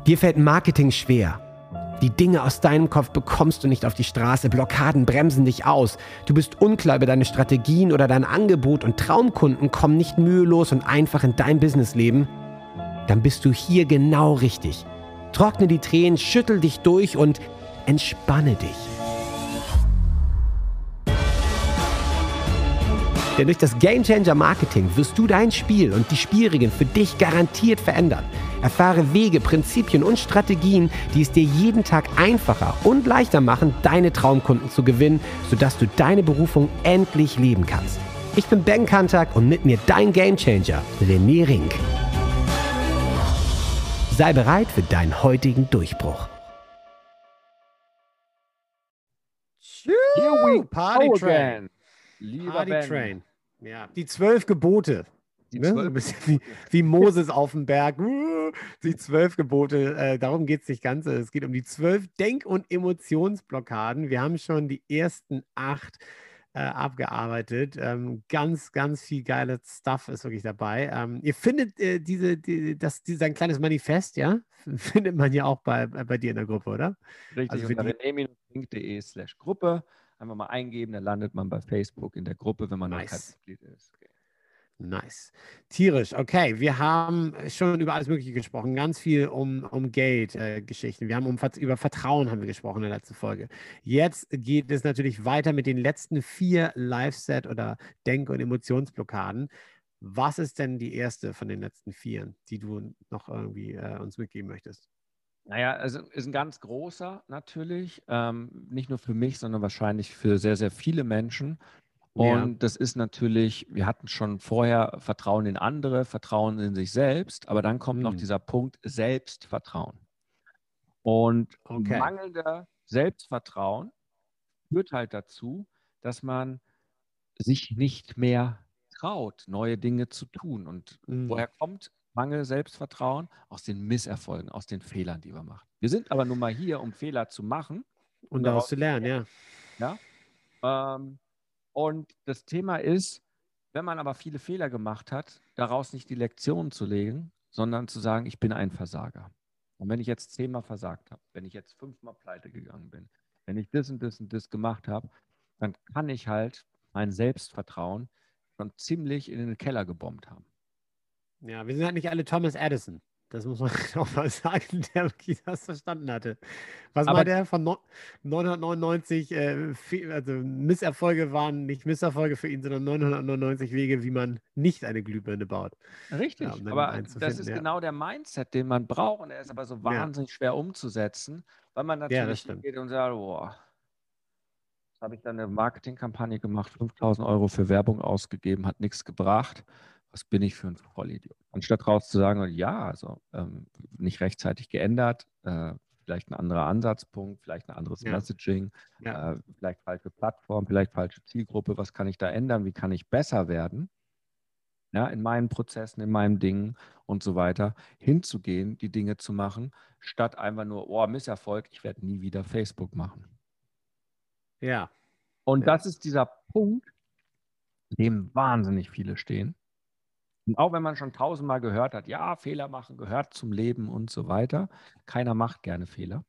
Dir fällt Marketing schwer. Die Dinge aus deinem Kopf bekommst du nicht auf die Straße, Blockaden bremsen dich aus. Du bist unklar über deine Strategien oder dein Angebot und Traumkunden kommen nicht mühelos und einfach in dein Businessleben. Dann bist du hier genau richtig. Trockne die Tränen, schüttel dich durch und entspanne dich. Denn durch das Gamechanger Marketing wirst du dein Spiel und die Spielregeln für dich garantiert verändern. Erfahre Wege, Prinzipien und Strategien, die es dir jeden Tag einfacher und leichter machen, deine Traumkunden zu gewinnen, sodass du deine Berufung endlich leben kannst. Ich bin Ben Kantak und mit mir dein Gamechanger, René Rink. Sei bereit für deinen heutigen Durchbruch. Here we Party go Train. again. Lieber Party Ben. Train. Ja, die 12 Gebote. Die Ne? 12 So ein bisschen wie Moses auf dem Berg. Die 12 Gebote. Darum geht es nicht ganz. Es geht um die 12 Denk- und Emotionsblockaden. Wir haben schon die ersten 8 abgearbeitet. Ganz, ganz viel geiles Stuff ist wirklich dabei. Ihr findet sein kleines Manifest, ja? Findet man ja auch bei dir in der Gruppe, oder? Richtig, Also für unter die rené-rink.de/Gruppe. Einfach mal eingeben, dann landet man bei Facebook in der Gruppe, wenn man noch kein Nice. Mitglied ist. Okay. Nice. Tierisch. Okay, wir haben schon über alles Mögliche gesprochen. Ganz viel um Geld-Geschichten. Wir haben über Vertrauen haben wir gesprochen in der letzten Folge. Jetzt geht es natürlich weiter mit den letzten 4 Live-Set oder Denk- und Emotionsblockaden. Was ist denn die erste von den letzten 4, die du noch irgendwie uns mitgeben möchtest? Naja, also ist ein ganz großer natürlich, nicht nur für mich, sondern wahrscheinlich für sehr, sehr viele Menschen. Ja. Und das ist natürlich, wir hatten schon vorher Vertrauen in andere, Vertrauen in sich selbst, aber dann kommt noch dieser Punkt Selbstvertrauen. Und Okay. mangelnder Selbstvertrauen führt halt dazu, dass man sich nicht mehr traut, neue Dinge zu tun. Und woher kommt Mangel Selbstvertrauen? Aus den Misserfolgen, aus den Fehlern, die wir machen. Wir sind aber nun mal hier, um Fehler zu machen. Und daraus zu lernen, ja. Ja? Und das Thema ist, wenn man aber viele Fehler gemacht hat, daraus nicht die Lektion zu legen, sondern zu sagen, ich bin ein Versager. Und wenn ich jetzt 10-mal versagt habe, wenn ich jetzt 5-mal pleite gegangen bin, wenn ich das und das und das gemacht habe, dann kann ich halt mein Selbstvertrauen schon ziemlich in den Keller gebombt haben. Ja, wir sind halt nicht alle Thomas Edison. Das muss man auch mal sagen, der wirklich das verstanden hatte. Was Aber meint er von 999? Also Misserfolge waren nicht Misserfolge für ihn, sondern 999 Wege, wie man nicht eine Glühbirne baut. richtig, Ja, um dann aber einen zu das finden, ist ja. genau der Mindset, den man braucht. Und er ist aber so Ja, wahnsinnig schwer umzusetzen, weil man ja, das natürlich stimmt. hingeht und sagt, boah, habe ich dann eine Marketingkampagne gemacht, 5.000 Euro für Werbung ausgegeben, hat nichts gebracht. Was bin ich für ein Vollidiot? Anstatt raus zu sagen, ja, also nicht rechtzeitig geändert, vielleicht ein anderer Ansatzpunkt, vielleicht ein anderes Ja, Messaging, ja, vielleicht falsche Plattform, vielleicht falsche Zielgruppe, was kann ich da ändern, wie kann ich besser werden, ja, in meinen Prozessen, in meinen Dingen und so weiter, hinzugehen, die Dinge zu machen, statt einfach nur, oh, Misserfolg, ich werde nie wieder Facebook machen. ja, Und ja. das ist dieser Punkt, dem wahnsinnig viele stehen. Und auch wenn man schon 1000-mal gehört hat, ja, Fehler machen gehört zum Leben und so weiter. Keiner macht gerne Fehler.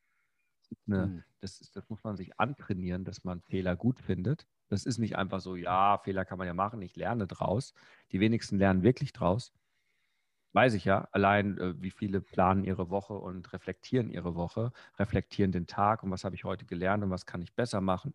Das muss man sich antrainieren, dass man Fehler gut findet. Das ist nicht einfach so, ja, Fehler kann man ja machen, ich lerne draus. Die wenigsten lernen wirklich draus. Weiß ich ja, allein wie viele planen ihre Woche und reflektieren ihre Woche, reflektieren den Tag und was habe ich heute gelernt und was kann ich besser machen.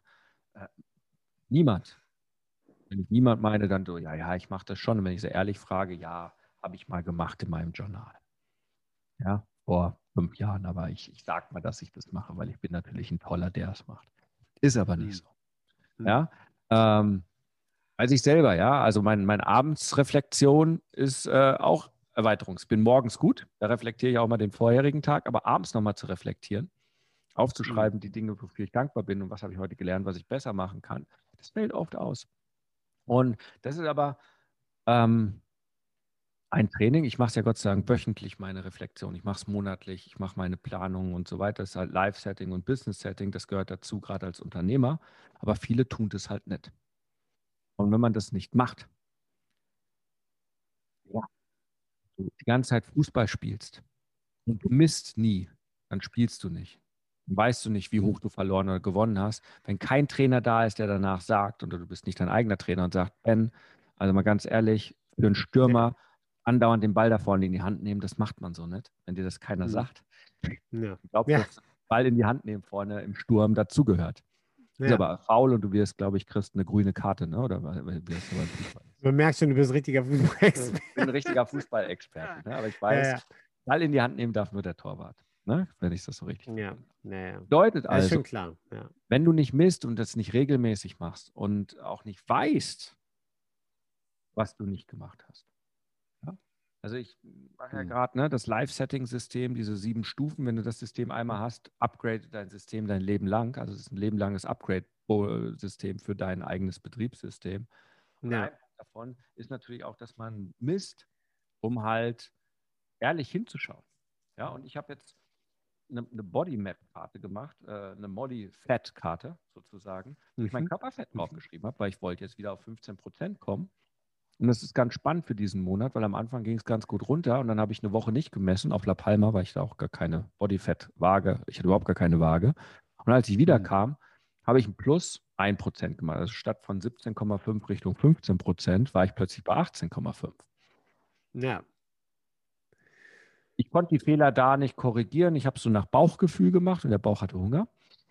Niemand. Wenn ich niemand meine, dann so, ja, ich mache das schon. Und wenn ich so ehrlich frage, ja, habe ich mal gemacht in meinem Journal. Ja, vor 5 Jahren. Aber ich sage mal, dass ich das mache, weil ich bin natürlich ein Toller, der es macht. Ist aber nicht so. Ja, weiß ich selber, ja. Also meine Abendsreflexion ist auch Erweiterung. Ich bin morgens gut, da reflektiere ich auch mal den vorherigen Tag, aber abends nochmal zu reflektieren, aufzuschreiben, die Dinge, wofür ich dankbar bin und was habe ich heute gelernt, was ich besser machen kann, das fällt oft aus. Und das ist aber ein Training. Ich mache es ja Gott sei Dank wöchentlich, meine Reflexion. Ich mache es monatlich, ich mache meine Planung und so weiter. Das ist halt Live-Setting und Business-Setting. Das gehört dazu, gerade als Unternehmer. Aber viele tun das halt nicht. Und wenn man das nicht macht, ja, du die ganze Zeit Fußball spielst, und du misst nie, dann spielst du nicht. Dann weißt du nicht, wie hoch du verloren oder gewonnen hast. Wenn kein Trainer da ist, der danach sagt, oder du bist nicht dein eigener Trainer und sagt, Ben, also mal ganz ehrlich, für einen Stürmer andauernd den Ball da vorne in die Hand nehmen, das macht man so nicht, wenn dir das keiner sagt. Ja. Ich glaube, Ja. dass Ball in die Hand nehmen vorne im Sturm dazugehört. Ist Ja. aber faul und du wirst, glaube ich, kriegst eine grüne Karte, ne? Oder wie ist das beim Fußball? Man merkt schon, du bist richtiger Ich Fußballexperte. bin ein richtiger Fußballexperte, ne? Aber ich Ja, weiß, ja. Ball in die Hand nehmen darf nur der Torwart, ne? Wenn ich das so richtig Ja, verstanden habe. naja. Bedeutet Das ist also, schon klar. Ja. wenn du nicht misst und das nicht regelmäßig machst und auch nicht weißt, was du nicht gemacht hast. Ja? Also ich mache ja gerade das Live-Setting-System, diese 7 Stufen. Wenn du das System einmal hast, upgrade dein System dein Leben lang. Also es ist ein lebenlanges Upgrade-System für dein eigenes Betriebssystem. Und Ja. ein Punkt davon ist natürlich auch, dass man misst, um halt ehrlich hinzuschauen. Ja, und ich habe jetzt eine Body-Map-Karte gemacht, eine Body-Fat-Karte sozusagen, wo ich mein Mhm. Körperfett draufgeschrieben habe, weil ich wollte jetzt wieder auf 15% kommen. Und das ist ganz spannend für diesen Monat, weil am Anfang ging es ganz gut runter und dann habe ich eine Woche nicht gemessen auf La Palma, weil ich da auch gar keine Bodyfat-Waage, ich hatte überhaupt gar keine Waage. Und als ich wiederkam, habe ich ein Plus 1% gemacht. Also statt von 17,5 Richtung 15% war ich plötzlich bei 18,5. Ja. Ich konnte die Fehler da nicht korrigieren. Ich habe es so nach Bauchgefühl gemacht und der Bauch hatte Hunger.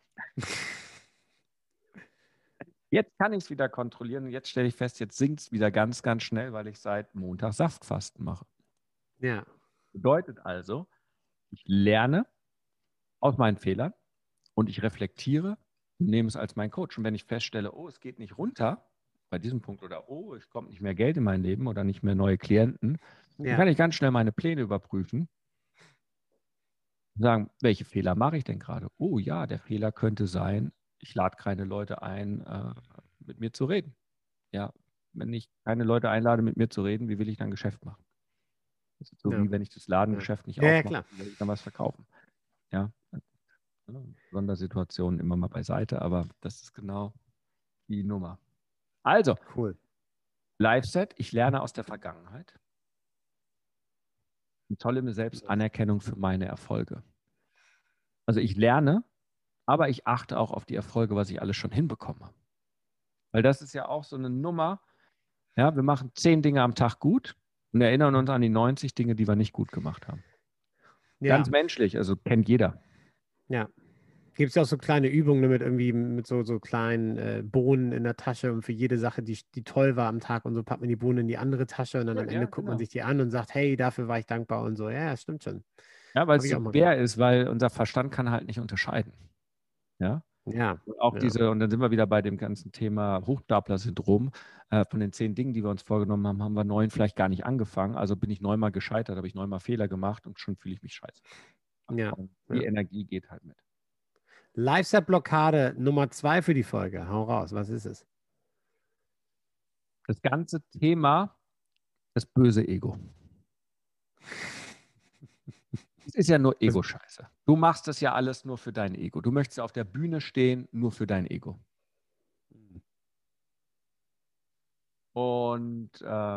Jetzt kann ich es wieder kontrollieren und jetzt stelle ich fest, jetzt sinkt es wieder ganz, ganz schnell, weil ich seit Montag Saftfasten mache. Ja. Bedeutet also, ich lerne aus meinen Fehlern und ich reflektiere und nehme es als meinen Coach. Und wenn ich feststelle, oh, es geht nicht runter bei diesem Punkt oder oh, es kommt nicht mehr Geld in mein Leben oder nicht mehr neue Klienten, dann Ja. kann ich ganz schnell meine Pläne überprüfen und sagen, welche Fehler mache ich denn gerade? Oh ja, der Fehler könnte sein, ich lade keine Leute ein, mit mir zu reden. Ja, wenn ich keine Leute einlade, mit mir zu reden, wie will ich dann Geschäft machen? Das ist so Ja. wie wenn ich das Ja. Ladengeschäft nicht Ja, ja, aufmache, klar. wie will ich dann was verkaufen? Ja, Sondersituationen immer mal beiseite, aber das ist genau die Nummer. Also, Cool. Live-Set, ich lerne aus der Vergangenheit. Eine tolle Selbstanerkennung für meine Erfolge. Also ich lerne, aber ich achte auch auf die Erfolge, was ich alles schon hinbekomme. Weil das ist ja auch so eine Nummer. Ja, wir machen 10 Dinge am Tag gut und erinnern uns an die 90 Dinge, die wir nicht gut gemacht haben. Ja. Ganz menschlich, also kennt jeder. Ja. Gibt es auch so kleine Übungen, ne, mit irgendwie mit so kleinen Bohnen in der Tasche und für jede Sache, die toll war am Tag und so packt man die Bohnen in die andere Tasche und dann Ja, am ja, Ende guckt man genau. sich die an und sagt, hey, dafür war ich dankbar und so. Ja, ja, stimmt schon. Ja, weil Habe es ich so auch mal schwer gemacht. ist, weil unser Verstand kann halt nicht unterscheiden. Ja. Ja, Und auch ja, diese, und dann sind wir wieder bei dem ganzen Thema Hochstapler-Syndrom. Von den 10 Dingen, die wir uns vorgenommen haben, haben wir 9 vielleicht gar nicht angefangen. Also bin ich 9-mal gescheitert, habe ich 9-mal Fehler gemacht und schon fühle ich mich scheiße. ja, Und die ja. Energie geht halt mit. Live-Set-Blockade Nummer 2 für die Folge. Hau raus, was ist es? Das ganze Thema, das böse Ego. Es ist ja nur Das, Ego-Scheiße. Du machst das ja alles nur für dein Ego. Du möchtest auf der Bühne stehen, nur für dein Ego. Und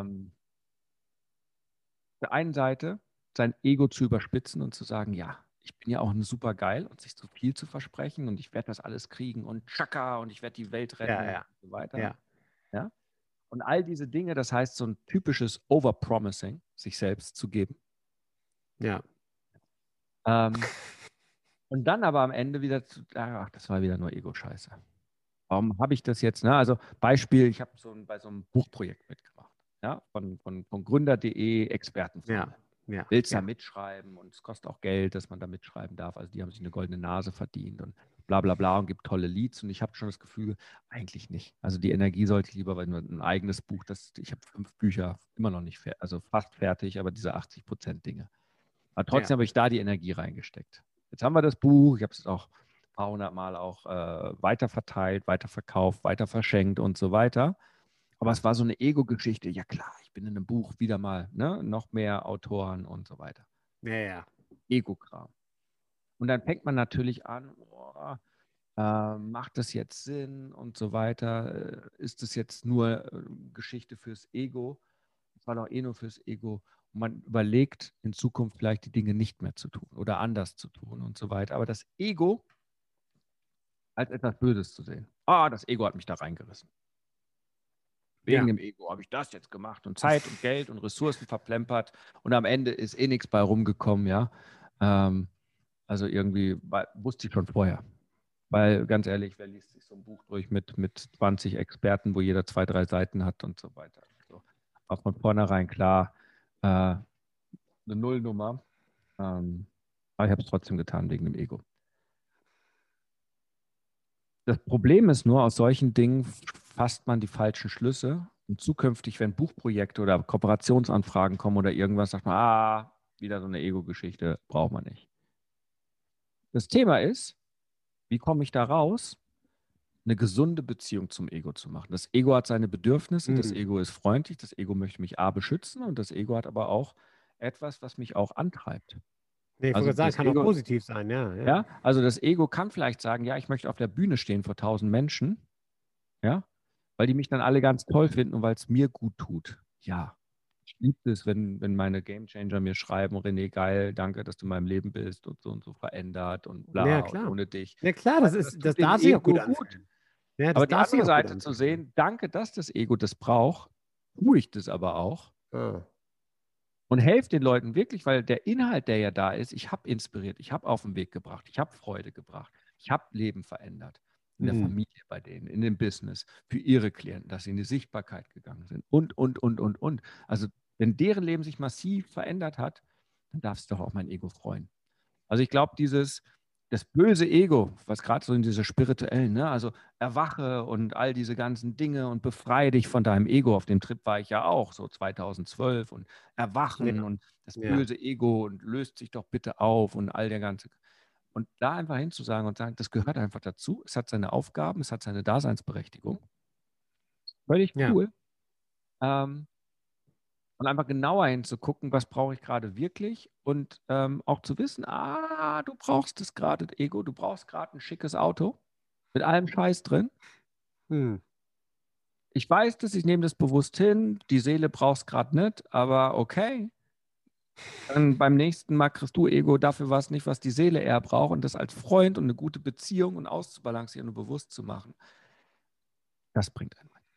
auf der einen Seite sein Ego zu überspitzen und zu sagen, ja, ich bin ja auch super geil und sich zu viel zu versprechen und ich werde das alles kriegen und tschakka und ich werde die Welt ja, retten und ja, so weiter. ja, Ja? Und all diese Dinge, das heißt so ein typisches Overpromising, sich selbst zu geben. ja, Ähm, und dann aber am Ende wieder zu, ach, das war wieder nur Ego-Scheiße. Warum habe ich das jetzt? Ne? Also Beispiel, ich habe bei so einem Buchprojekt mitgemacht, ja, von gründer.de ja, Expertenfalle. ja, Willst da ja, mitschreiben und es kostet auch Geld, dass man da mitschreiben darf. Also die haben sich eine goldene Nase verdient und bla bla bla und gibt tolle Leads und ich habe schon das Gefühl, eigentlich nicht. Also die Energie sollte ich lieber, weil nur ein eigenes Buch, ich habe 5 Bücher immer noch nicht fertig, also fast fertig, aber diese 80% Dinge. Aber ja, trotzdem habe ich da die Energie reingesteckt. Jetzt haben wir das Buch, ich habe es auch ein paar hundert Mal auch weiter verteilt, weiter verkauft, weiter verschenkt und so weiter. Aber es war so eine Ego-Geschichte. Ja klar, ich bin in einem Buch wieder mal, ne? Noch mehr Autoren und so weiter. ja, ja, Ego-Kram. Und dann fängt man natürlich an, boah, macht das jetzt Sinn und so weiter? Ist das jetzt nur Geschichte fürs Ego? Das war doch eh nur fürs Ego. Und man überlegt, in Zukunft vielleicht die Dinge nicht mehr zu tun oder anders zu tun und so weiter. Aber das Ego als etwas Böses zu sehen. Ah, das Ego hat mich da reingerissen. Wegen Ja. dem Ego habe ich das jetzt gemacht und Zeit und Geld und Ressourcen verplempert und am Ende ist eh nichts bei rumgekommen, ja. Also irgendwie wusste ich schon vorher. Weil ganz ehrlich, wer liest sich so ein Buch durch mit 20 Experten, wo jeder 2, 3 Seiten hat und so weiter. Also war von vornherein klar, eine Nullnummer. Aber ich habe es trotzdem getan wegen dem Ego. Das Problem ist nur, aus solchen Dingen fasst man die falschen Schlüsse. Und zukünftig, wenn Buchprojekte oder Kooperationsanfragen kommen oder irgendwas, sagt man, wieder so eine Ego-Geschichte, braucht man nicht. Das Thema ist, wie komme ich da raus, eine gesunde Beziehung zum Ego zu machen. Das Ego hat seine Bedürfnisse, das Ego ist freundlich, das Ego möchte mich beschützen und das Ego hat aber auch etwas, was mich auch antreibt. Nee, ich Also wollte sagen, das kann auch Ego, positiv sein, ja. ja, also das Ego kann vielleicht sagen, ja, ich möchte auf der Bühne stehen vor 1000 Menschen, ja, weil die mich dann alle ganz toll finden und weil es mir gut tut. Ja, ich liebe es, wenn meine Gamechanger mir schreiben, René, geil, danke, dass du in meinem Leben bist und so verändert und bla Ja, und klar. ohne dich. Ja, klar, Weißt du, das das tut dem darf sich auch gut Ego gut. anfühlen. Ja, Aber das die darf sich andere auch gut Seite zu anfühlen. sehen, danke, dass das Ego das braucht, tue ich das aber auch Ah. und helfe den Leuten wirklich, weil der Inhalt, der ja da ist, ich habe inspiriert, ich habe auf den Weg gebracht, ich habe Freude gebracht, ich habe Leben verändert. In der Hm. Familie bei denen, in dem Business, für ihre Klienten, dass sie in die Sichtbarkeit gegangen sind und. Also, wenn deren Leben sich massiv verändert hat, dann darf es doch auch mein Ego freuen. Also, ich glaube, das böse Ego, was gerade so in dieser spirituellen, ne, also erwache und all diese ganzen Dinge und befreie dich von deinem Ego. Auf dem Trip war ich ja auch, so 2012 und Ja, erwachen und das ja. böse Ego und löst sich doch bitte auf und all der ganze. Und da einfach hinzusagen und sagen, das gehört einfach dazu. Es hat seine Aufgaben, es hat seine Daseinsberechtigung. Völlig Ja. cool. Ähm, und einfach genauer hinzugucken, was brauche ich gerade wirklich und auch zu wissen, du brauchst es gerade, Ego, du brauchst gerade ein schickes Auto mit allem Scheiß drin. Hm. Ich weiß das, ich nehme das bewusst hin, die Seele braucht es gerade nicht, aber okay. Dann beim nächsten Mal kriegst du Ego dafür was nicht, was die Seele eher braucht und das als Freund und eine gute Beziehung und auszubalancieren und bewusst zu machen. Das bringt einen weiter.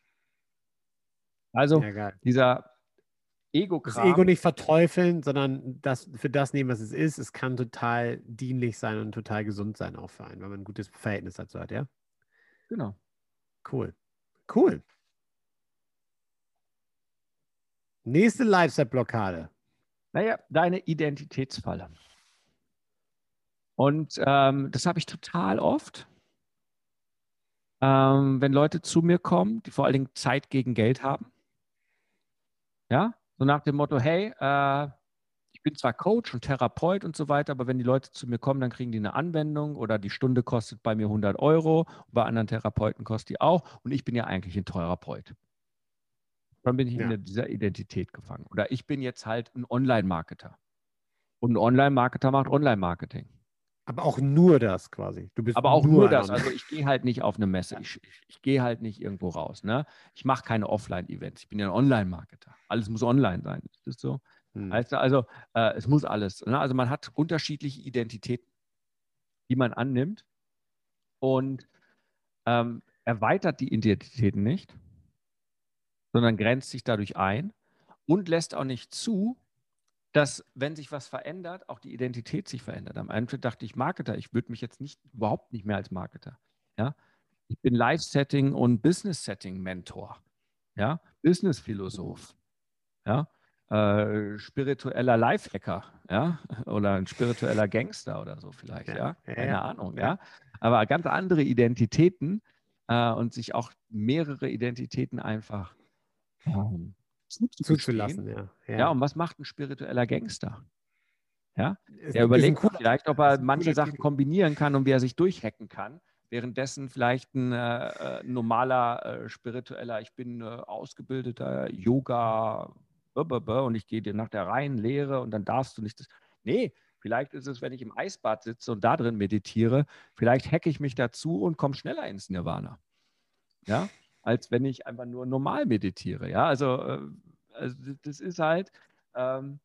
Also Ja, geil. dieser Das Ego Ego-Kram, nicht verteufeln, sondern das für das nehmen, was es ist. Es kann total dienlich sein und total gesund sein auch für einen, wenn man ein gutes Verhältnis dazu hat, ja? genau. Cool. Cool. Nächste Lifestyle-Blockade. Naja, deine Identitätsfalle. Und das habe ich total oft, wenn Leute zu mir kommen, die vor allen Dingen Zeit gegen Geld haben. Ja, so nach dem Motto, hey, ich bin zwar Coach und Therapeut und so weiter, aber wenn die Leute zu mir kommen, dann kriegen die eine Anwendung oder die Stunde kostet bei mir 100 € und bei anderen Therapeuten kostet die auch und ich bin ja eigentlich ein Therapeut. Dann bin ich Ja. in dieser Identität gefangen. Oder ich bin jetzt halt ein Online-Marketer. Und ein Online-Marketer macht Online-Marketing. Aber auch nur das quasi. Du bist Aber auch nur nur ein das. Online. Also ich gehe halt nicht auf eine Messe. Ich gehe halt nicht irgendwo raus. Ne? Ich mache keine Offline-Events. Ich bin ja ein Online-Marketer. Alles muss online sein. Ist das so? Hm. Weißt du, also es muss alles. Ne? Also man hat unterschiedliche Identitäten, die man annimmt und erweitert die Identitäten nicht, sondern grenzt sich dadurch ein und lässt auch nicht zu, dass, wenn sich was verändert, auch die Identität sich verändert. Am Anfang dachte ich Marketer, ich würde mich jetzt überhaupt nicht mehr als Marketer. Ja? Ich bin Live-Setting und Business-Setting-Mentor. Ja? Business-Philosoph. Ja? Spiritueller Lifehacker, ja, oder ein spiritueller Gangster oder so vielleicht, Ja. ja, Ja, keine ja. Ahnung, Ja. ja, aber ganz andere Identitäten und sich auch mehrere Identitäten einfach zuzugestehen. Zuzulassen, ja. Ja, Ja. und was macht ein spiritueller Gangster? Ja, der Ist ein überlegt sich cooler vielleicht, ob Titel. er Ist ein manche cooler Sachen Titel. kombinieren kann und wie er sich durchhacken kann. Währenddessen vielleicht ein normaler spiritueller, ich bin ausgebildeter Yoga und ich gehe dir nach der reinen Lehre und dann darfst du nicht das. Nee, vielleicht ist es, wenn ich im Eisbad sitze und da drin meditiere, vielleicht hacke ich mich dazu und komme schneller ins Nirvana. Ja, als wenn ich einfach nur normal meditiere. Ja, also das ist halt,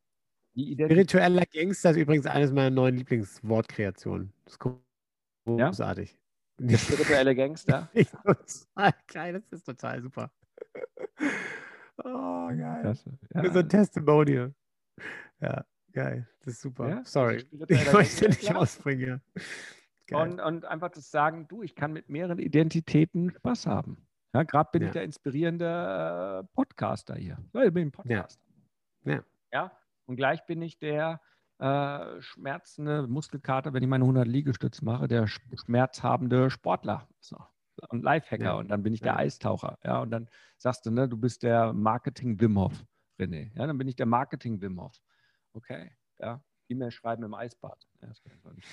Die Identität, Spiritueller Gangster ist übrigens eines meiner neuen Lieblingswortkreationen. Das ist ja? großartig. Der spirituelle Gangster. Ich total geil, das ist total super. Oh, geil. Klasse. So Ja, ein Testimonial. Ja, geil. Das ist super. ja, also Sorry. Ich spiritueller wollte Gangster, nicht klar. ausbringen. Ja. Geil. Und einfach das sagen, du, ich kann mit mehreren Identitäten Spaß haben. Ja, gerade bin ich Ja, der inspirierende Podcaster hier. Ja, ich bin ein ja, Podcaster. ja. Ja, und gleich bin ich der schmerzende Muskelkater, wenn ich meine 100 Liegestütze mache, der schmerzhabende Sportler. So. Und Lifehacker. Ja, Und dann bin ich der ja. Eistaucher. Ja, und dann sagst du, ne, du bist der Marketing-Wim Hof, René. Ja, dann bin ich der Marketing-Wim Hof. Okay, ja. E-Mail schreiben im Eisbad. Ja, das kann ich mal nicht.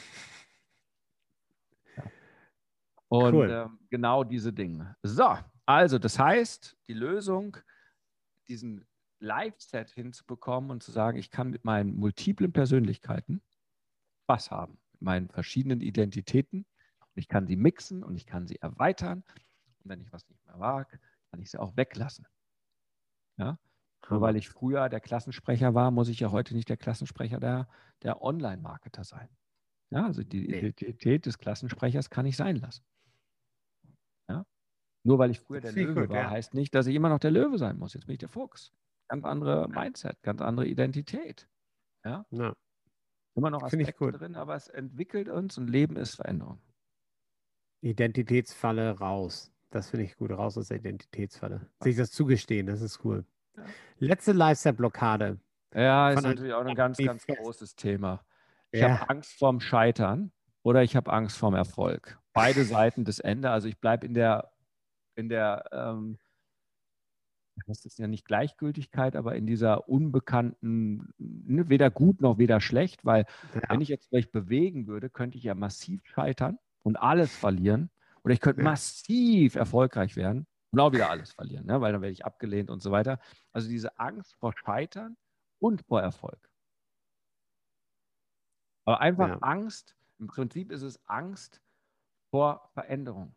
Ja. Und Cool. genau diese Dinge. So, also das heißt, die Lösung, diesen Live-Set hinzubekommen und zu sagen, ich kann mit meinen multiplen Persönlichkeiten Spaß haben, mit meinen verschiedenen Identitäten. Und ich kann sie mixen und ich kann sie erweitern. Und wenn ich was nicht mehr mag, kann ich sie auch weglassen. Ja? Nur Hammer. weil ich früher der Klassensprecher war, muss ich ja heute nicht der Klassensprecher der Online-Marketer sein. Ja, also die Nee, Identität des Klassensprechers kann ich sein lassen. Ja? Nur weil ich früher das der finde ich Löwe gut, war, ja. heißt nicht, dass ich immer noch der Löwe sein muss. Jetzt bin ich der Fuchs. Ganz andere Mindset, ganz andere Identität. Ja? Ja, Immer noch finde ich Aspekte gut. drin, aber es entwickelt uns und Leben ist Veränderung. Identitätsfalle raus. Das finde ich gut. Raus aus der Identitätsfalle. Sich Was? das zugestehen, das ist cool. Ja. Letzte Lifestyle-Blockade Ja, ist von einem natürlich auch ein ganz, ganz Manifest. großes Thema. Ich habe Ja, Angst vorm Scheitern oder ich habe Angst vorm Erfolg. Beide Seiten des Ende. Also ich bleibe in der das ist ja nicht Gleichgültigkeit, aber in dieser unbekannten, ne, weder gut noch weder schlecht, weil wenn ja, ich jetzt mich bewegen würde, könnte ich ja massiv scheitern und alles verlieren. Oder ich könnte ja. massiv erfolgreich werden und auch wieder alles verlieren, ne, weil dann werde ich abgelehnt und so weiter. Also diese Angst vor Scheitern und vor Erfolg. Aber einfach Ja. Angst, im Prinzip ist es Angst vor Veränderung.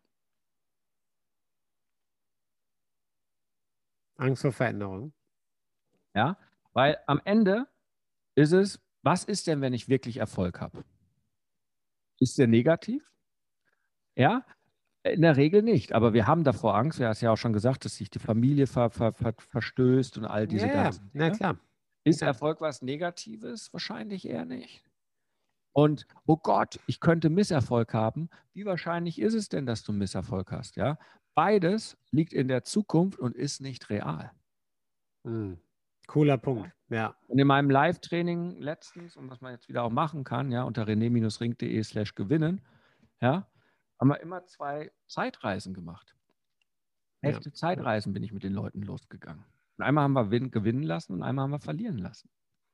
Angst vor Veränderung. Ja, weil am Ende ist es, was ist denn, wenn ich wirklich Erfolg habe? Ist der negativ? Ja, in der Regel nicht. Aber wir haben davor Angst. Du hast ja auch schon gesagt, dass sich die Familie verstößt und all Ja, diese ja, ganzen na Dinge. klar. Ist Ja. Erfolg was Negatives? Wahrscheinlich eher nicht. Und oh Gott, ich könnte Misserfolg haben. Wie wahrscheinlich ist es denn, dass du Misserfolg hast? Ja, beides liegt in der Zukunft und ist nicht real. Hm. Cooler Ja. Punkt. Ja. Und in meinem Live-Training letztens, und was man jetzt wieder auch machen kann, ja, unter rené-ring.de/gewinnen, ja, haben wir immer 2 Zeitreisen gemacht. Ja. Echte Zeitreisen bin ich mit den Leuten losgegangen. Und einmal haben wir gewinnen lassen und einmal haben wir verlieren lassen.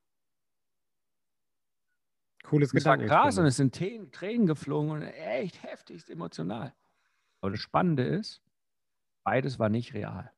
Cooles Und es war krass und Gedankenexperiment. es sind Tränen geflogen und echt heftigst emotional. Aber das Spannende ist, beides war nicht real.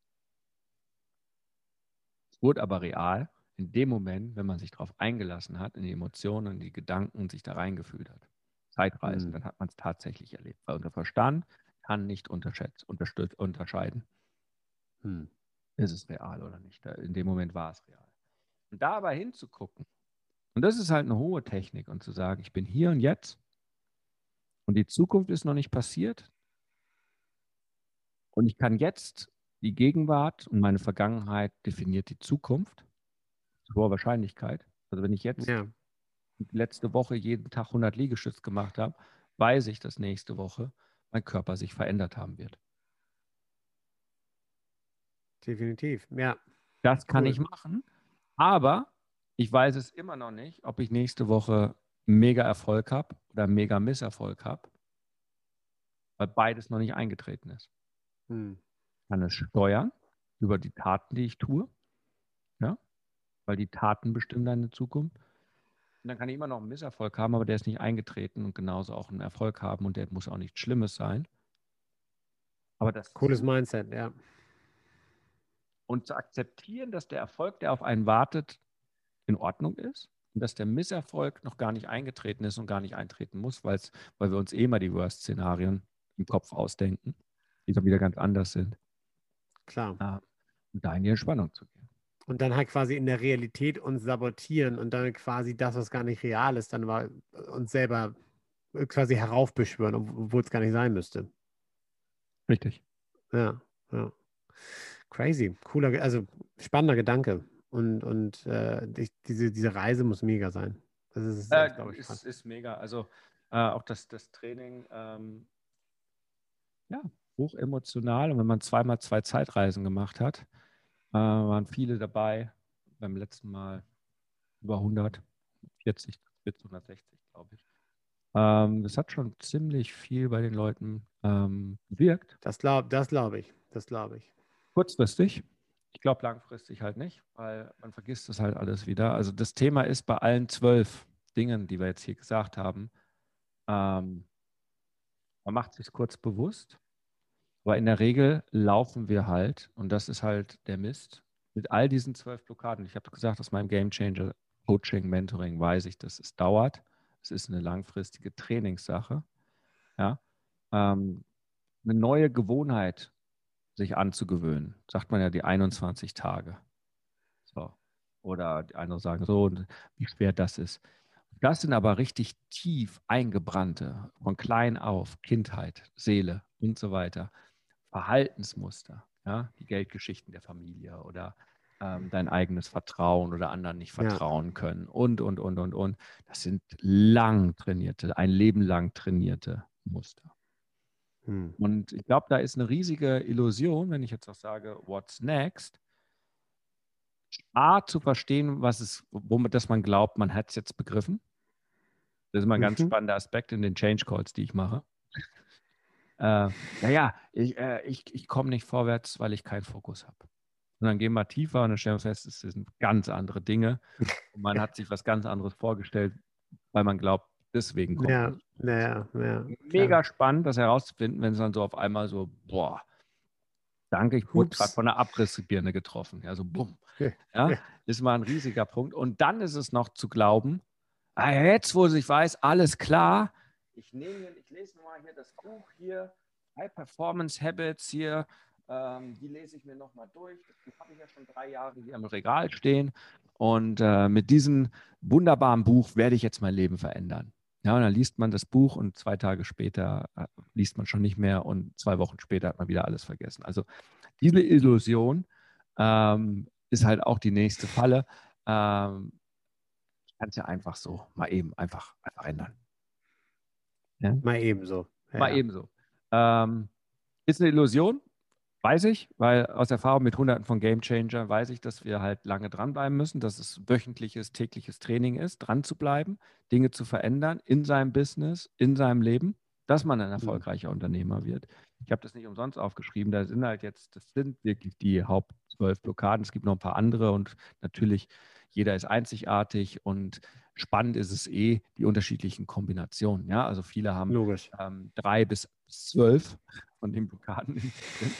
Es wurde aber real in dem Moment, wenn man sich darauf eingelassen hat, in die Emotionen und die Gedanken und sich da reingefühlt hat. Zeitreisen, Hm. dann hat man es tatsächlich erlebt. Weil unser Verstand kann nicht unterscheiden, Hm. ist es real oder nicht. In dem Moment war es real. Und da aber hinzugucken, und das ist halt eine hohe Technik, und zu sagen, ich bin hier und jetzt und die Zukunft ist noch nicht passiert und ich kann jetzt die Gegenwart und meine Vergangenheit definiert die Zukunft zu hoher Wahrscheinlichkeit. Also wenn ich jetzt Ja, letzte Woche jeden Tag 100 Liegestütz gemacht habe, weiß ich, dass nächste Woche mein Körper sich verändert haben wird. definitiv. Ja, Das kann cool. ich machen, aber ich weiß es immer noch nicht, ob ich nächste Woche mega Erfolg habe oder mega Misserfolg habe, weil beides noch nicht eingetreten ist. Hm. Ich kann es steuern über die Taten, die ich tue, ja, weil die Taten bestimmen deine Zukunft. Und dann kann ich immer noch einen Misserfolg haben, aber der ist nicht eingetreten und genauso auch einen Erfolg haben und der muss auch nichts Schlimmes sein. Aber das Cooles zu Mindset, ja. und zu akzeptieren, dass der Erfolg, der auf einen wartet, in Ordnung ist und dass der Misserfolg noch gar nicht eingetreten ist und gar nicht eintreten muss, weil wir uns eh mal die Worst-Szenarien im Kopf ausdenken, die dann wieder ganz anders sind. Klar. Und da in die Entspannung zu gehen. Und dann halt quasi in der Realität uns sabotieren und dann quasi das, was gar nicht real ist, dann mal uns selber quasi heraufbeschwören, obwohl es gar nicht sein müsste. Richtig. Ja, ja. Crazy. Cooler, also spannender Gedanke. Diese Reise muss mega sein. Das ist echt, glaube ich, krass. Ist mega. Also auch das Training, ja, hoch emotional. Und wenn man zweimal 2 Zeitreisen gemacht hat, waren viele dabei. Beim letzten Mal über 140 bis 160, glaube ich. Das hat schon ziemlich viel bei den Leuten bewirkt. Das glaube ich. Das glaube ich. Kurzfristig. Ich glaube langfristig halt nicht, weil man vergisst das halt alles wieder. Also das Thema ist bei allen 12 Dingen, die wir jetzt hier gesagt haben, man macht sich kurz bewusst, aber in der Regel laufen wir halt, und das ist halt der Mist, mit all diesen 12 Blockaden. Ich habe gesagt, aus meinem Game Changer Coaching, Mentoring weiß ich, dass es dauert. Es ist eine langfristige Trainingssache. Ja? Eine neue Gewohnheit sich anzugewöhnen, sagt man ja die 21 Tage. So. Oder die anderen sagen so, wie schwer das ist. Das sind aber richtig tief eingebrannte, von klein auf, Kindheit, Seele und so weiter, Verhaltensmuster, ja, die Geldgeschichten der Familie oder dein eigenes Vertrauen oder anderen nicht Ja. vertrauen können und. Das sind lang trainierte, ein Leben lang trainierte Muster. Hm. Und ich glaube, da ist eine riesige Illusion, wenn ich jetzt auch sage, what's next? A, zu verstehen, womit das man glaubt, man hat es jetzt begriffen. Das ist immer ein ganz Mhm. spannender Aspekt in den Change Calls, die ich mache. Ich komme nicht vorwärts, weil ich keinen Fokus habe. Und dann gehen wir tiefer und dann stellen wir fest, es sind ganz andere Dinge. Und man hat sich was ganz anderes vorgestellt, weil man glaubt, deswegen kommt man Ja, nicht vorwärts. ja, klar. Mega spannend, das herauszufinden, wenn es dann so auf einmal so, boah, danke, ich wurde gerade Hups. von einer Abrissbirne getroffen. Ja, so bumm. Ja, Ja, ja. ist mal ein riesiger Punkt. Und dann ist es noch zu glauben, jetzt, wo ich weiß, alles klar, ich lese mir mal hier das Buch hier, High Performance Habits hier, die lese ich mir nochmal durch. Das Buch habe ich ja schon 3 Jahre hier im Regal stehen. Und mit diesem wunderbaren Buch werde ich jetzt mein Leben verändern. Ja, und dann liest man das Buch und 2 Tage später liest man schon nicht mehr und 2 Wochen später hat man wieder alles vergessen. Also diese Illusion ist halt auch die nächste Falle. Kannst ja einfach so mal eben einfach ändern. Ja? Mal ebenso. Ja, Mal ja. ebenso. Ist eine Illusion, weiß ich, weil aus Erfahrung mit Hunderten von Game Changer weiß ich, dass wir halt lange dranbleiben müssen, dass es wöchentliches, tägliches Training ist, dran zu bleiben, Dinge zu verändern in seinem Business, in seinem Leben, dass man ein Hm. erfolgreicher Unternehmer wird. Ich habe das nicht umsonst aufgeschrieben. Das sind wirklich die Haupt 12 Blockaden. Es gibt noch ein paar andere und natürlich jeder ist einzigartig und spannend ist es die unterschiedlichen Kombinationen. Ja, also viele haben Logisch. 3 bis 12 von den Blockaden drin.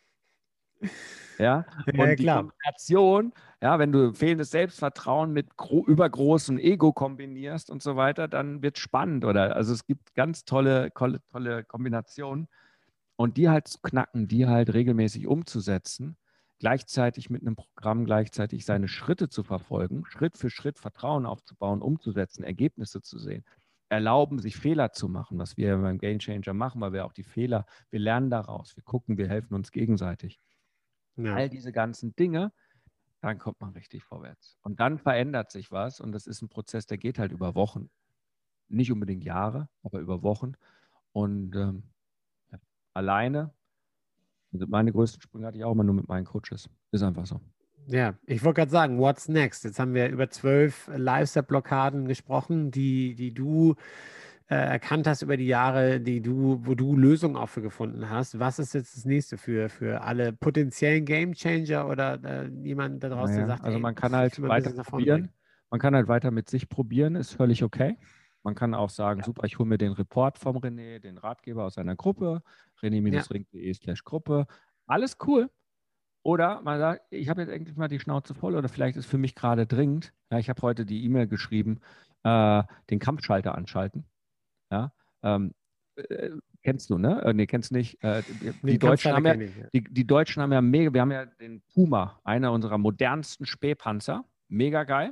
Ja, Ja, ja, und die klar. Kombination, ja, wenn du fehlendes Selbstvertrauen mit übergroßem Ego kombinierst und so weiter, dann wird es spannend, oder? Also es gibt ganz tolle Kombinationen und die halt zu knacken, die halt regelmäßig umzusetzen, gleichzeitig mit einem Programm gleichzeitig seine Schritte zu verfolgen, Schritt für Schritt Vertrauen aufzubauen, umzusetzen, Ergebnisse zu sehen, erlauben, sich Fehler zu machen, was wir beim Game Changer machen, weil wir auch die Fehler, wir lernen daraus, wir gucken, wir helfen uns gegenseitig. Ja. All diese ganzen Dinge, dann kommt man richtig vorwärts. Und dann verändert sich was und das ist ein Prozess, der geht halt über Wochen. Nicht unbedingt Jahre, aber über Wochen. Und ja, alleine, also meine größten Sprünge hatte ich auch immer nur mit meinen Coaches. Ist einfach so. Ja, ich wollte gerade sagen, what's next? Jetzt haben wir über 12 Lifestyle-Blockaden gesprochen, die du erkannt hast über die Jahre, wo du Lösungen auch für gefunden hast. Was ist jetzt das nächste für alle potenziellen Gamechanger oder jemanden da draußen, der Naja, sagt, also ey, man kann ich will halt mein weiter Business nach vorne bringen? probieren. Man kann halt weiter mit sich probieren, ist völlig okay. Man kann auch sagen, Ja. super, ich hole mir den Report vom René, den Ratgeber aus seiner Gruppe, Ja, rené-ring.de/Gruppe. Alles cool. Oder man sagt, ich habe jetzt endlich mal die Schnauze voll oder vielleicht ist für mich gerade dringend. Ja, ich habe heute die E-Mail geschrieben, den Kampfschalter anschalten. Ja, ähm, kennst du, ne? Nee, kennst nicht. Den Kampfschalter kenn ich, ja. Die Deutschen haben ja mega, wir haben ja den Puma, einer unserer modernsten Spähpanzer. Mega geil.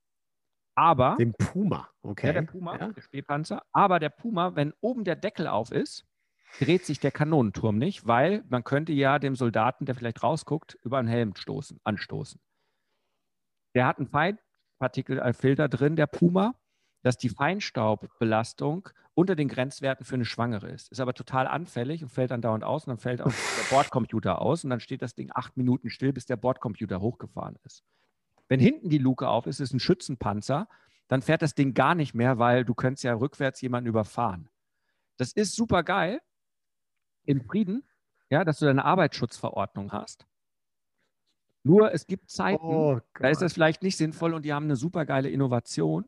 Aber, Den Puma, ja, okay. der Puma, Ja. der Spähpanzer. Aber der Puma, wenn oben der Deckel auf ist, dreht sich der Kanonenturm nicht, weil man könnte ja dem Soldaten, der vielleicht rausguckt, über einen Helm anstoßen. Der hat einen Feinpartikelfilter drin, der Puma, dass die Feinstaubbelastung unter den Grenzwerten für eine Schwangere ist. Ist aber total anfällig und fällt dann dauernd aus und dann fällt auch der Bordcomputer aus und dann steht das Ding 8 Minuten still, bis der Bordcomputer hochgefahren ist. Wenn hinten die Luke auf ist, ist ein Schützenpanzer, dann fährt das Ding gar nicht mehr, weil du könntest ja rückwärts jemanden überfahren. Das ist super geil im Frieden, ja, dass du deine Arbeitsschutzverordnung hast. Nur es gibt Zeiten, da ist das vielleicht nicht sinnvoll und die haben eine super geile Innovation.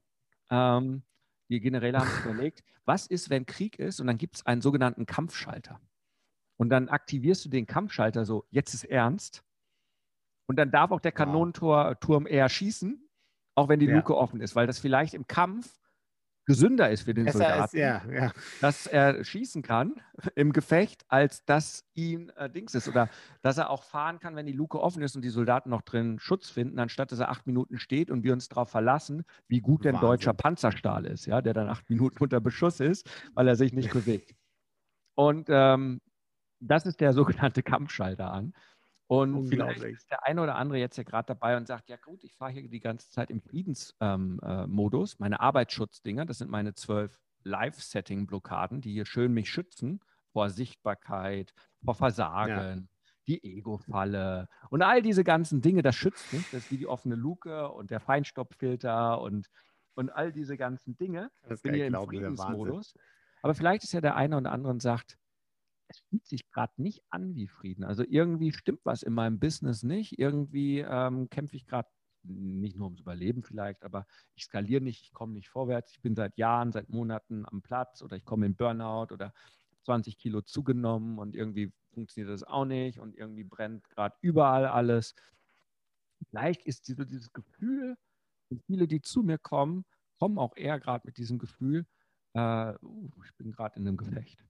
Die Generäle haben sich überlegt, was ist, wenn Krieg ist und dann gibt es einen sogenannten Kampfschalter. Und dann aktivierst du den Kampfschalter so, jetzt ist ernst. Und dann darf auch der Kanonenturm eher schießen, auch wenn die Luke offen ist, weil das vielleicht im Kampf gesünder ist für den Soldaten, dass er schießen kann im Gefecht, als dass ihm Dings ist. Oder dass er auch fahren kann, wenn die Luke offen ist und die Soldaten noch drin Schutz finden, anstatt dass er 8 Minuten steht und wir uns darauf verlassen, wie gut denn deutscher Panzerstahl ist, ja, der dann 8 Minuten unter Beschuss ist, weil er sich nicht bewegt. Und das ist der sogenannte Kampfschalter an. Und vielleicht ist der eine oder andere jetzt ja gerade dabei und sagt, ja gut, ich fahre hier die ganze Zeit im Friedensmodus, meine Arbeitsschutzdinger, das sind meine 12 Live-Setting-Blockaden, die hier schön mich schützen vor Sichtbarkeit, vor Versagen, die Ego-Falle und all diese ganzen Dinge, das schützt mich, das ist wie die offene Luke und der Feinstaubfilter und all diese ganzen Dinge. Ich bin hier im Friedensmodus. Aber vielleicht ist ja der eine oder andere und sagt, es fühlt sich gerade nicht an wie Frieden. Also irgendwie stimmt was in meinem Business nicht. Irgendwie kämpfe ich gerade nicht nur ums Überleben vielleicht, aber ich skaliere nicht, ich komme nicht vorwärts. Ich bin seit Jahren, seit Monaten am Platz oder ich komme in Burnout oder 20 Kilo zugenommen und irgendwie funktioniert das auch nicht und irgendwie brennt gerade überall alles. Vielleicht ist dieses Gefühl, und viele, die zu mir kommen, kommen auch eher gerade mit diesem Gefühl, ich bin gerade in einem Gefecht.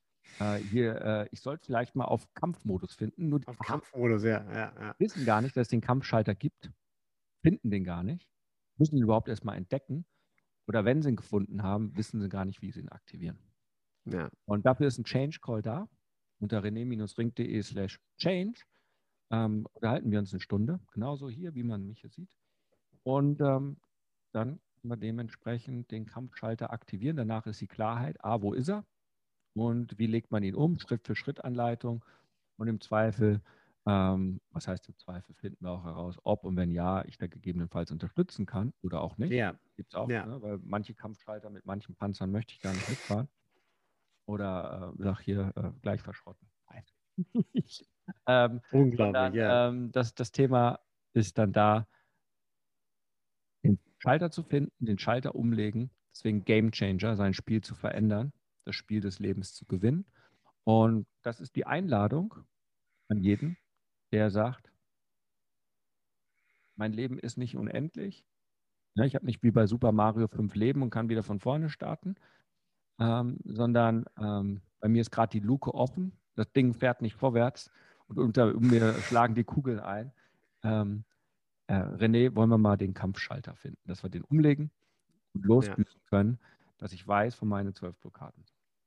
Ich sollte vielleicht mal auf Kampfmodus finden. Nur auf Kampfmodus, wissen gar nicht, dass es den Kampfschalter gibt, finden den gar nicht, müssen ihn überhaupt erstmal entdecken. Oder wenn sie ihn gefunden haben, wissen sie gar nicht, wie sie ihn aktivieren. Ja. Und dafür ist ein Change Call da. Unter rené-ring.de/change unterhalten wir uns eine Stunde, genauso hier, wie man mich hier sieht. Und dann können wir dementsprechend den Kampfschalter aktivieren. Danach ist die Klarheit, wo ist er? Und wie legt man ihn um? Schritt-für-Schritt-Anleitung. Und im Zweifel, was heißt im Zweifel, finden wir auch heraus, ob und wenn ja, ich da gegebenenfalls unterstützen kann oder auch nicht. Ja. Gibt es auch, ne? Weil manche Kampfschalter mit manchen Panzern möchte ich gar nicht mitfahren. Oder sag hier gleich verschrotten. Unglaublich, sondern, das Thema ist dann da, den Schalter zu finden, den Schalter umlegen, deswegen Game Changer, sein Spiel zu verändern, das Spiel des Lebens zu gewinnen. Und das ist die Einladung an jeden, der sagt, mein Leben ist nicht unendlich. Ja, ich habe nicht wie bei Super Mario 5 Leben und kann wieder von vorne starten, sondern bei mir ist gerade die Luke offen, das Ding fährt nicht vorwärts und unter mir schlagen die Kugeln ein. René, wollen wir mal den Kampfschalter finden, dass wir den umlegen und losbüßen können, dass ich weiß von meinen 12 Blockaden.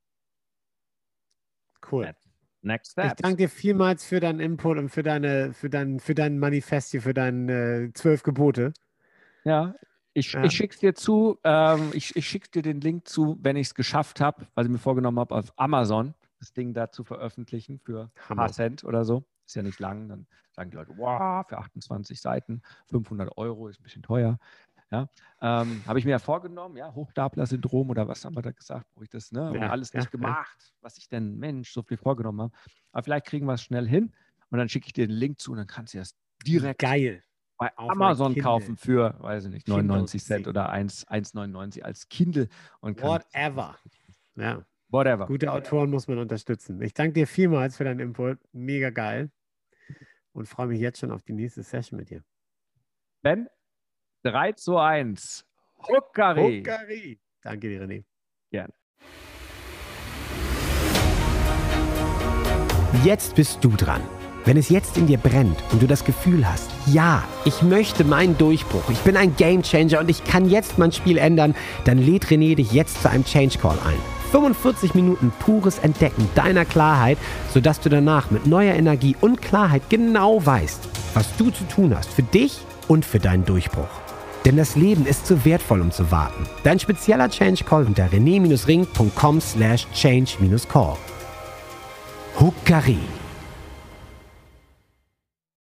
Cool. Next steps. Ich danke dir vielmals für deinen Input und für dein Manifest hier, für deine 12 Gebote. Ja, ich schicke es dir zu. Ich schicke dir den Link zu, wenn ich es geschafft habe, weil ich mir vorgenommen habe, auf Amazon das Ding da zu veröffentlichen für ein paar Cent oder so. Ist ja nicht lang. Dann sagen die Leute, wow, für 28 Seiten, 500 € ist ein bisschen teuer. Ja, habe ich mir ja vorgenommen, ja, Hochstapler-Syndrom oder was haben wir da gesagt, wo ich das, ne, und alles nicht gemacht, was ich denn, Mensch, so viel vorgenommen habe. Aber vielleicht kriegen wir es schnell hin und dann schicke ich dir den Link zu und dann kannst du das direkt bei Amazon kaufen für, weiß ich nicht, 99 Cent oder 1,99 als Kindle. Und Whatever. Ja. Whatever. Gute Autoren muss man unterstützen. Ich danke dir vielmals für deinen Input. Mega geil. Und freue mich jetzt schon auf die nächste Session mit dir. Ben, 3 zu 1. Huckari. Danke dir, René. Gerne. Jetzt bist du dran. Wenn es jetzt in dir brennt und du das Gefühl hast, ja, ich möchte meinen Durchbruch, ich bin ein Gamechanger und ich kann jetzt mein Spiel ändern, dann lädt René dich jetzt zu einem Change Call ein. 45 Minuten pures Entdecken deiner Klarheit, sodass du danach mit neuer Energie und Klarheit genau weißt, was du zu tun hast für dich und für deinen Durchbruch. Denn das Leben ist zu wertvoll, um zu warten. Dein spezieller Change Call unter rené-ring.com/change-call. Huckari.